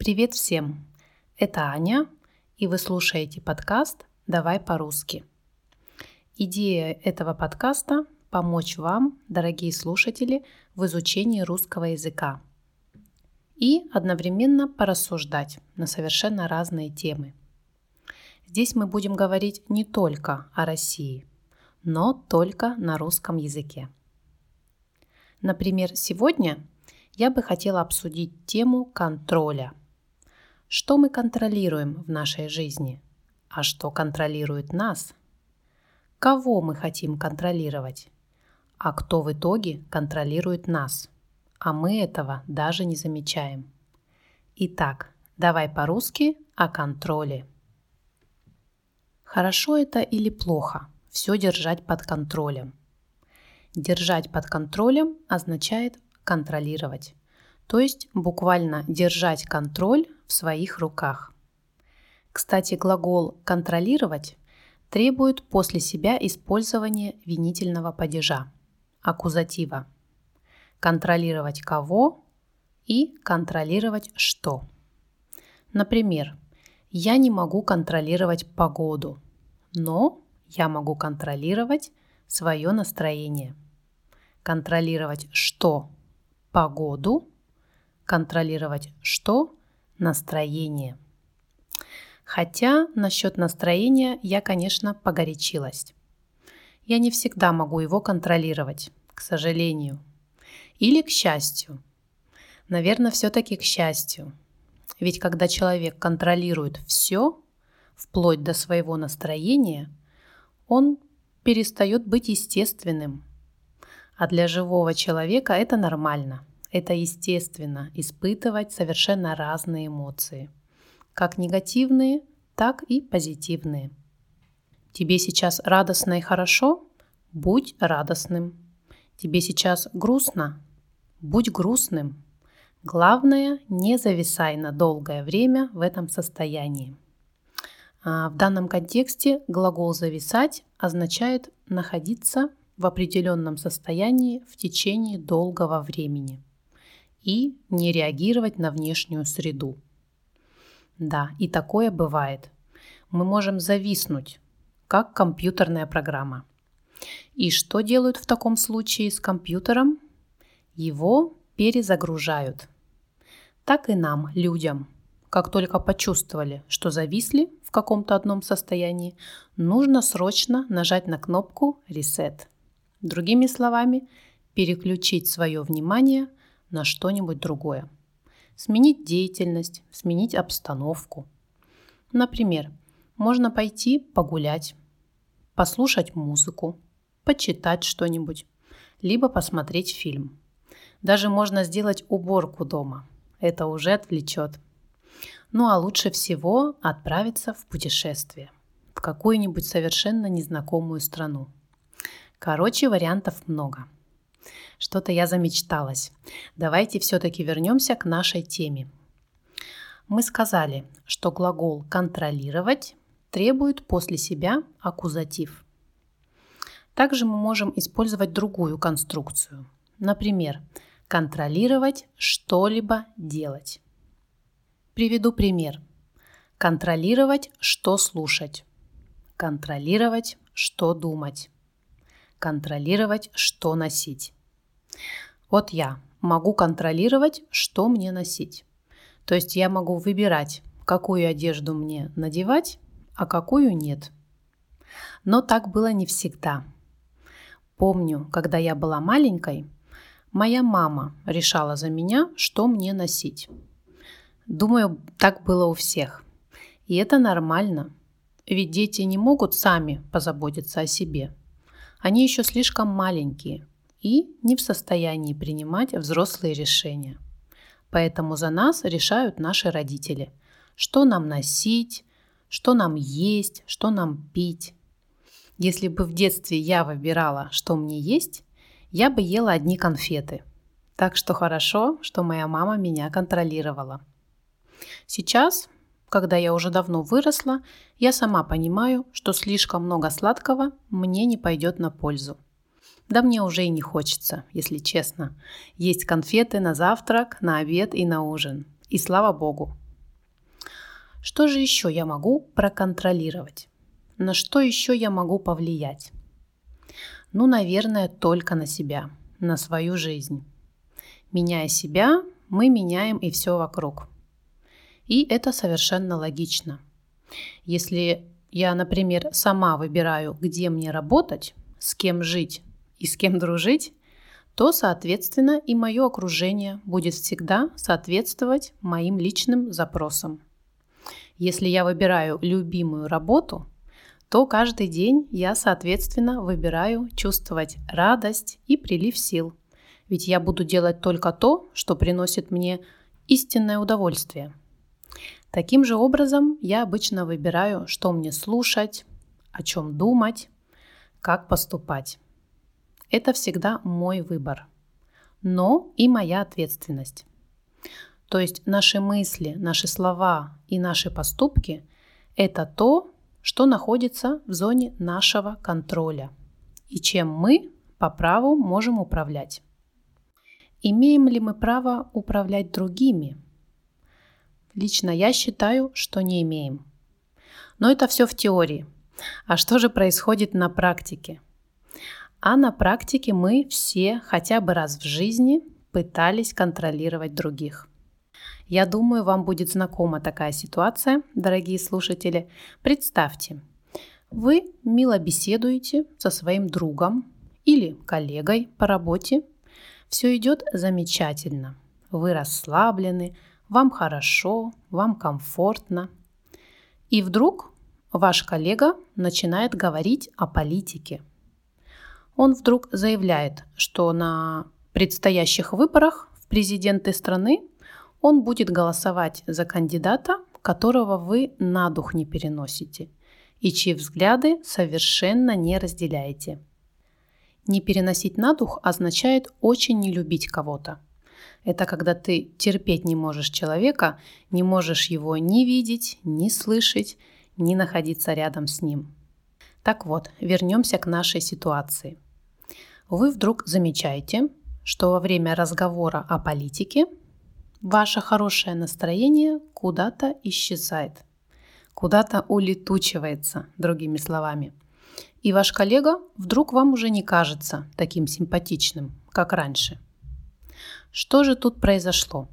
Привет всем! Это Аня, и вы слушаете подкаст «Давай по-русски». Идея этого подкаста – помочь вам, дорогие слушатели, в изучении русского языка и одновременно порассуждать на совершенно разные темы. Здесь мы будем говорить не только о России, но только на русском языке. Например, сегодня я бы хотела обсудить тему контроля. Что мы контролируем в нашей жизни, а что контролирует нас? Кого мы хотим контролировать, а кто в итоге контролирует нас, а мы этого даже не замечаем. Итак, давай по-русски о контроле. Хорошо это или плохо все держать под контролем? Держать под контролем означает контролировать, то есть буквально держать контроль в своих руках. Кстати, глагол «контролировать» требует после себя использования винительного падежа, аккузатива. Контролировать кого и контролировать что. Например, я не могу контролировать погоду, но я могу контролировать свое настроение. Контролировать что? Погоду. Контролировать что? Настроение. Хотя насчет настроения я, конечно, погорячилась. Я не всегда могу его контролировать, к сожалению. Или к счастью. Наверное, все-таки к счастью. Ведь когда человек контролирует все, вплоть до своего настроения, он перестает быть естественным. А для живого человека это нормально. Это естественно испытывать совершенно разные эмоции, как негативные, так и позитивные. Тебе сейчас радостно и хорошо? Будь радостным. Тебе сейчас грустно? Будь грустным. Главное, не зависай на долгое время в этом состоянии. В данном контексте глагол «зависать» означает находиться в определенном состоянии в течение долгого времени и не реагировать на внешнюю среду. Да, и такое бывает. Мы можем зависнуть, как компьютерная программа. И что делают в таком случае с компьютером? Его перезагружают. Так и нам, людям, как только почувствовали, что зависли в каком-то одном состоянии, нужно срочно нажать на кнопку «Reset». Другими словами, переключить свое внимание на что-нибудь другое. Сменить деятельность, сменить обстановку. Например, можно пойти погулять, послушать музыку, почитать что-нибудь, либо посмотреть фильм. Даже можно сделать уборку дома. Это уже отвлечет. Ну а лучше всего отправиться в путешествие в какую-нибудь совершенно незнакомую страну. Короче, вариантов много. Что-то я замечталась. Давайте все-таки вернемся к нашей теме. Мы сказали, что глагол «контролировать» требует после себя аккузатив. Также мы можем использовать другую конструкцию. Например, контролировать что-либо делать. Приведу пример. Контролировать, что слушать. Контролировать, что думать. Контролировать, что носить. Вот я могу контролировать, что мне носить. То есть я могу выбирать, какую одежду мне надевать, а какую нет. Но так было не всегда. Помню, когда я была маленькой, моя мама решала за меня, что мне носить. Думаю, так было у всех. И это нормально. Ведь дети не могут сами позаботиться о себе. Они еще слишком маленькие и не в состоянии принимать взрослые решения. Поэтому за нас решают наши родители, что нам носить, что нам есть, что нам пить. Если бы в детстве я выбирала, что мне есть, я бы ела одни конфеты. Так что хорошо, что моя мама меня контролировала. Сейчас, когда я уже давно выросла, я сама понимаю, что слишком много сладкого мне не пойдет на пользу. Да мне уже и не хочется, если честно, есть конфеты на завтрак, на обед и на ужин. И слава богу. Что же еще я могу проконтролировать? На что еще я могу повлиять? Наверное, только на себя, на свою жизнь. Меняя себя, мы меняем и все вокруг. И это совершенно логично. Если я, например, сама выбираю, где мне работать, с кем жить и с кем дружить, то, соответственно, и мое окружение будет всегда соответствовать моим личным запросам. Если я выбираю любимую работу, то каждый день я, соответственно, выбираю чувствовать радость и прилив сил. Ведь я буду делать только то, что приносит мне истинное удовольствие. Таким же образом я обычно выбираю, что мне слушать, о чем думать, как поступать. Это всегда мой выбор, но и моя ответственность. То есть наши мысли, наши слова и наши поступки – это то, что находится в зоне нашего контроля и чем мы по праву можем управлять. Имеем ли мы право управлять другими? Лично я считаю, что не имеем. Но это все в теории. А что же происходит на практике? А на практике мы все хотя бы раз в жизни пытались контролировать других. Я думаю, вам будет знакома такая ситуация, дорогие слушатели. Представьте, вы мило беседуете со своим другом или коллегой по работе. Все идет замечательно. Вы расслаблены, вам хорошо, вам комфортно. И вдруг ваш коллега начинает говорить о политике. Он вдруг заявляет, что на предстоящих выборах в президенты страны он будет голосовать за кандидата, которого вы на дух не переносите и чьи взгляды совершенно не разделяете. Не переносить на дух означает очень не любить кого-то. Это когда ты терпеть не можешь человека, не можешь его ни видеть, ни слышать, ни находиться рядом с ним. Так вот, вернемся к нашей ситуации. Вы вдруг замечаете, что во время разговора о политике ваше хорошее настроение куда-то исчезает, куда-то улетучивается, другими словами. И ваш коллега вдруг вам уже не кажется таким симпатичным, как раньше. Что же тут произошло?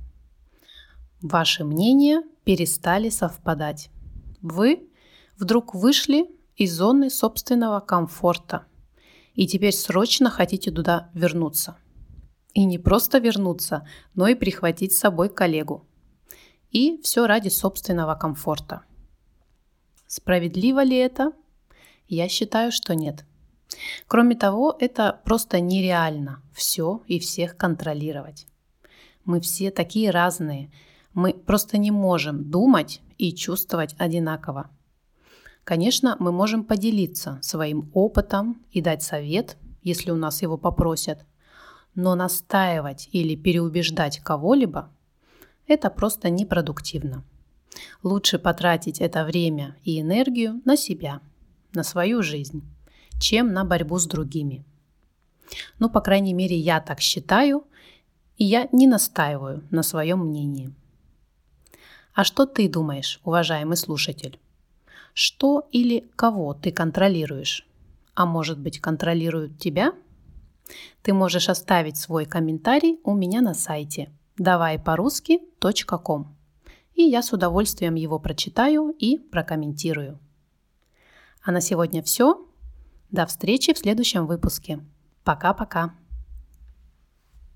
Ваши мнения перестали совпадать. Вы вдруг вышли из зоны собственного комфорта и теперь срочно хотите туда вернуться. И не просто вернуться, но и прихватить с собой коллегу. И все ради собственного комфорта. Справедливо ли это? Я считаю, что нет. Кроме того, это просто нереально все и всех контролировать. Мы все такие разные. Мы просто не можем думать и чувствовать одинаково. Конечно, мы можем поделиться своим опытом и дать совет, если у нас его попросят. Но настаивать или переубеждать кого-либо – это просто непродуктивно. Лучше потратить это время и энергию на себя, на свою жизнь, чем на борьбу с другими. По крайней мере, я так считаю, и я не настаиваю на своем мнении. А что ты думаешь, уважаемый слушатель? Что или кого ты контролируешь? А может быть, контролируют тебя? Ты можешь оставить свой комментарий у меня на сайте давайпорусски.com, и я с удовольствием его прочитаю и прокомментирую. А на сегодня все. До встречи в следующем выпуске. Пока-пока.